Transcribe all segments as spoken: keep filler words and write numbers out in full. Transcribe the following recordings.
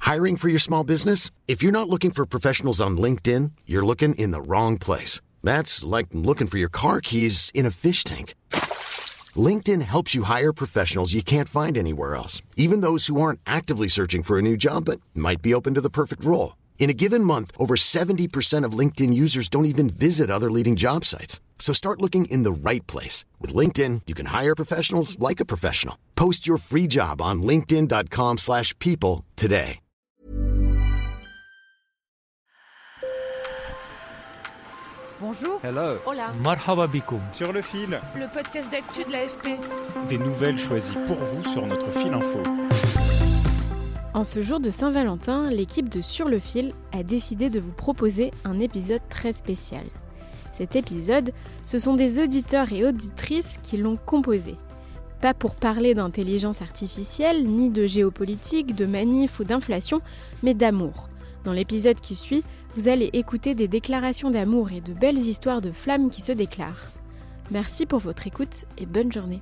Hiring for your small business? If you're not looking for professionals on LinkedIn, you're looking in the wrong place. That's like looking for your car keys in a fish tank. LinkedIn helps you hire professionals you can't find anywhere else, even those who aren't actively searching for a new job but might be open to the perfect role. In a given month, over seventy percent of LinkedIn users don't even visit other leading job sites. So start looking in the right place. With LinkedIn, you can hire professionals like a professional. Post your free job on linkedin.com slash people today. Bonjour. Hello. Hola. Marhaba bikoum. Sur le fil. Le podcast d'actu de l'A F P. Des nouvelles choisies pour vous sur notre fil info. En ce jour de Saint-Valentin, l'équipe de Sur le fil a décidé de vous proposer un épisode très spécial. Cet épisode, ce sont des auditeurs et auditrices qui l'ont composé. Pas pour parler d'intelligence artificielle, ni de géopolitique, de manif ou d'inflation, mais d'amour. Dans l'épisode qui suit, vous allez écouter des déclarations d'amour et de belles histoires de flammes qui se déclarent. Merci pour votre écoute et bonne journée.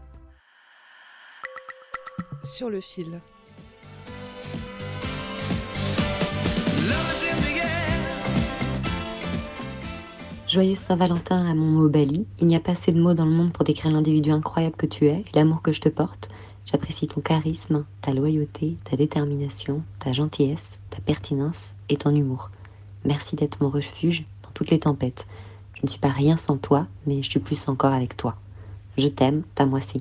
Sur le fil. Joyeux Saint-Valentin à mon mot Bali. Il n'y a pas assez de mots dans le monde pour décrire l'individu incroyable que tu es, l'amour que je te porte. J'apprécie ton charisme, ta loyauté, ta détermination, ta gentillesse, ta pertinence et ton humour. Merci d'être mon refuge dans toutes les tempêtes. Je ne suis pas rien sans toi, mais je suis plus encore avec toi. Je t'aime, ta moissie.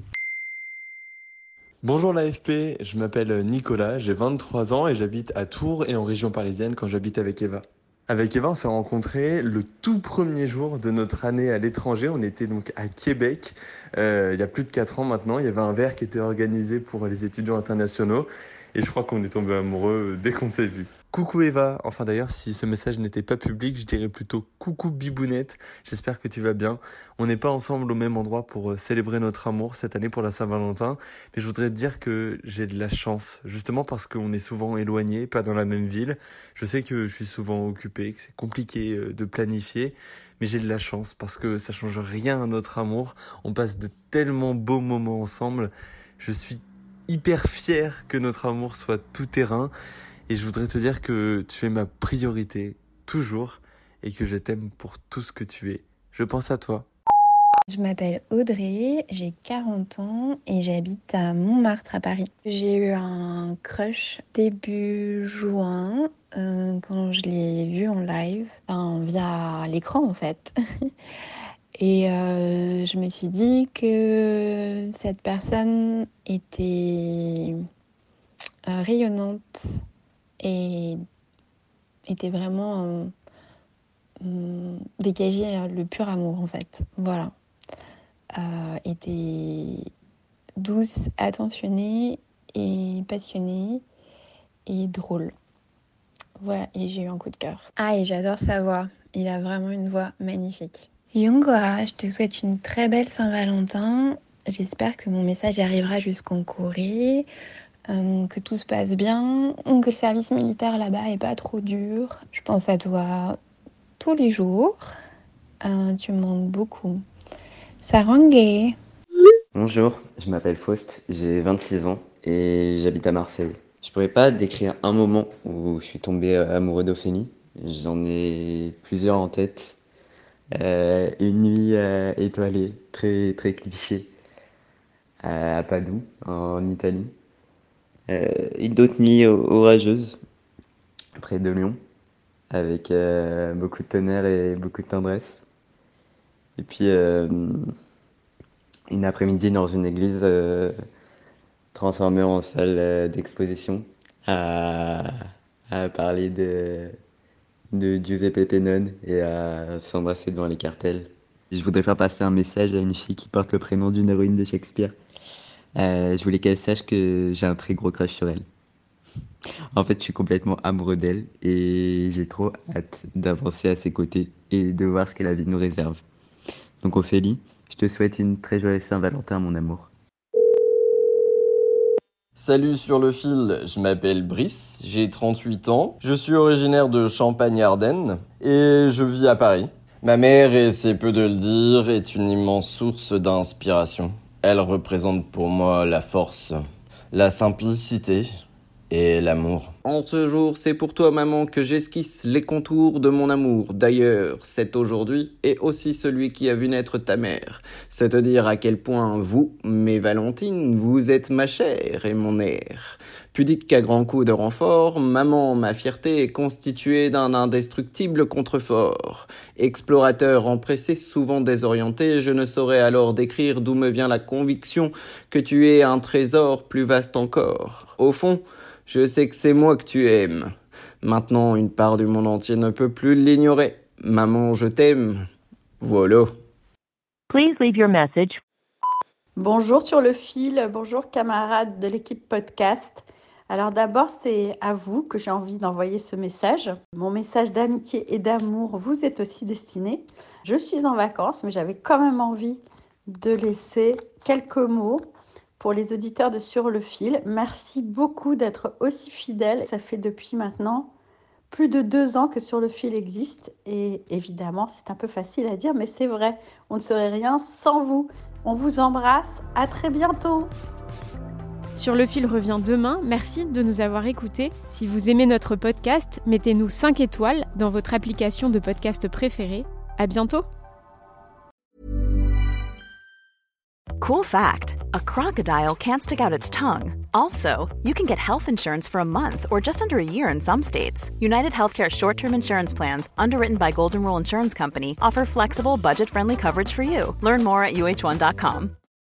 Bonjour l'A F P, je m'appelle Nicolas, j'ai vingt-trois ans et j'habite à Tours et en région parisienne quand j'habite avec Eva. Avec Eva, on s'est rencontrés le tout premier jour de notre année à l'étranger. On était donc à Québec, euh, il y a plus de quatre ans maintenant. Il y avait un verre qui était organisé pour les étudiants internationaux et je crois qu'on est tombé amoureux dès qu'on s'est vu. Coucou Eva, enfin d'ailleurs si ce message n'était pas public, je dirais plutôt coucou Bibounette, j'espère que tu vas bien. On n'est pas ensemble au même endroit pour célébrer notre amour cette année pour la Saint-Valentin, mais je voudrais te dire que j'ai de la chance, justement parce qu'on est souvent éloignés, pas dans la même ville. Je sais que je suis souvent occupé, que c'est compliqué de planifier, mais j'ai de la chance parce que ça change rien à notre amour. On passe de tellement beaux moments ensemble, je suis hyper fier que notre amour soit tout terrain. Et je voudrais te dire que tu es ma priorité, toujours, et que je t'aime pour tout ce que tu es. Je pense à toi. Je m'appelle Audrey, j'ai quarante ans et j'habite à Montmartre à Paris. J'ai eu un crush début juin euh, quand je l'ai vu en live, enfin, via l'écran en fait. Et euh, je me suis dit que cette personne était euh, rayonnante et était vraiment euh, dégagée le pur amour en fait. Voilà. Euh, était douce, attentionnée et passionnée et drôle. Voilà, et j'ai eu un coup de cœur. Ah, et j'adore sa voix. Il a vraiment une voix magnifique. Yungoa, je te souhaite une très belle Saint-Valentin. J'espère que mon message arrivera jusqu'en Corée. Euh, que tout se passe bien, que le service militaire là-bas est pas trop dur. Je pense à toi tous les jours. Euh, tu me manques beaucoup. Sarangé. Bonjour, je m'appelle Faust, j'ai vingt-six ans et j'habite à Marseille. Je pourrais pas décrire un moment où je suis tombé amoureux d'Ophélie. J'en ai plusieurs en tête. Euh, une nuit euh, étoilée, très très cliché, à Padoue, en Italie. Euh, une autre nuit orageuse, près de Lyon, avec euh, beaucoup de tonnerre et beaucoup de tendresse. Et puis euh, une après-midi dans une église euh, transformée en salle euh, d'exposition, à, à parler de, de Giuseppe Pennone et à s'embrasser devant les cartels. Je voudrais faire passer un message à une fille qui porte le prénom d'une héroïne de Shakespeare. Euh, je voulais qu'elle sache que j'ai un très gros crush sur elle. En fait, je suis complètement amoureux d'elle et j'ai trop hâte d'avancer à ses côtés et de voir ce que la vie nous réserve. Donc Ophélie, je te souhaite une très joyeuse Saint-Valentin, mon amour. Salut sur le fil, je m'appelle Brice, j'ai trente-huit ans, je suis originaire de Champagne-Ardenne et je vis à Paris. Ma mère, et c'est peu de le dire, est une immense source d'inspiration. Elle représente pour moi la force, la simplicité et l'amour. En ce jour, c'est pour toi, maman, que j'esquisse les contours de mon amour. D'ailleurs, c'est aujourd'hui et aussi celui qui a vu naître ta mère. C'est te dire à quel point vous, mes Valentines, vous êtes ma chair et mon air. Pudique qu'à grands coups de renfort, maman, ma fierté est constituée d'un indestructible contrefort. Explorateur empressé, souvent désorienté, je ne saurais alors décrire d'où me vient la conviction que tu es un trésor plus vaste encore. Au fond, je sais que c'est moi que tu aimes. Maintenant, une part du monde entier ne peut plus l'ignorer. Maman, je t'aime. Voilà. Please leave your message. Bonjour sur le fil, bonjour camarades de l'équipe podcast. Alors d'abord, c'est à vous que j'ai envie d'envoyer ce message. Mon message d'amitié et d'amour vous est aussi destiné. Je suis en vacances, mais j'avais quand même envie de laisser quelques mots pour les auditeurs de Sur le fil. Merci beaucoup d'être aussi fidèles. Ça fait depuis maintenant plus de deux ans que Sur le fil existe. Et évidemment, c'est un peu facile à dire, mais c'est vrai. On ne serait rien sans vous. On vous embrasse. À très bientôt. Sur le fil revient demain. Merci de nous avoir écoutés. Si vous aimez notre podcast, mettez-nous cinq étoiles dans votre application de podcast préférée. À bientôt. Cool fact, a crocodile can't stick out its tongue. Also, you can get health insurance for a month or just under a year in some states. United Healthcare short-term insurance plans, underwritten by Golden Rule Insurance Company, offer flexible, budget-friendly coverage for you. Learn more at U H one dot com.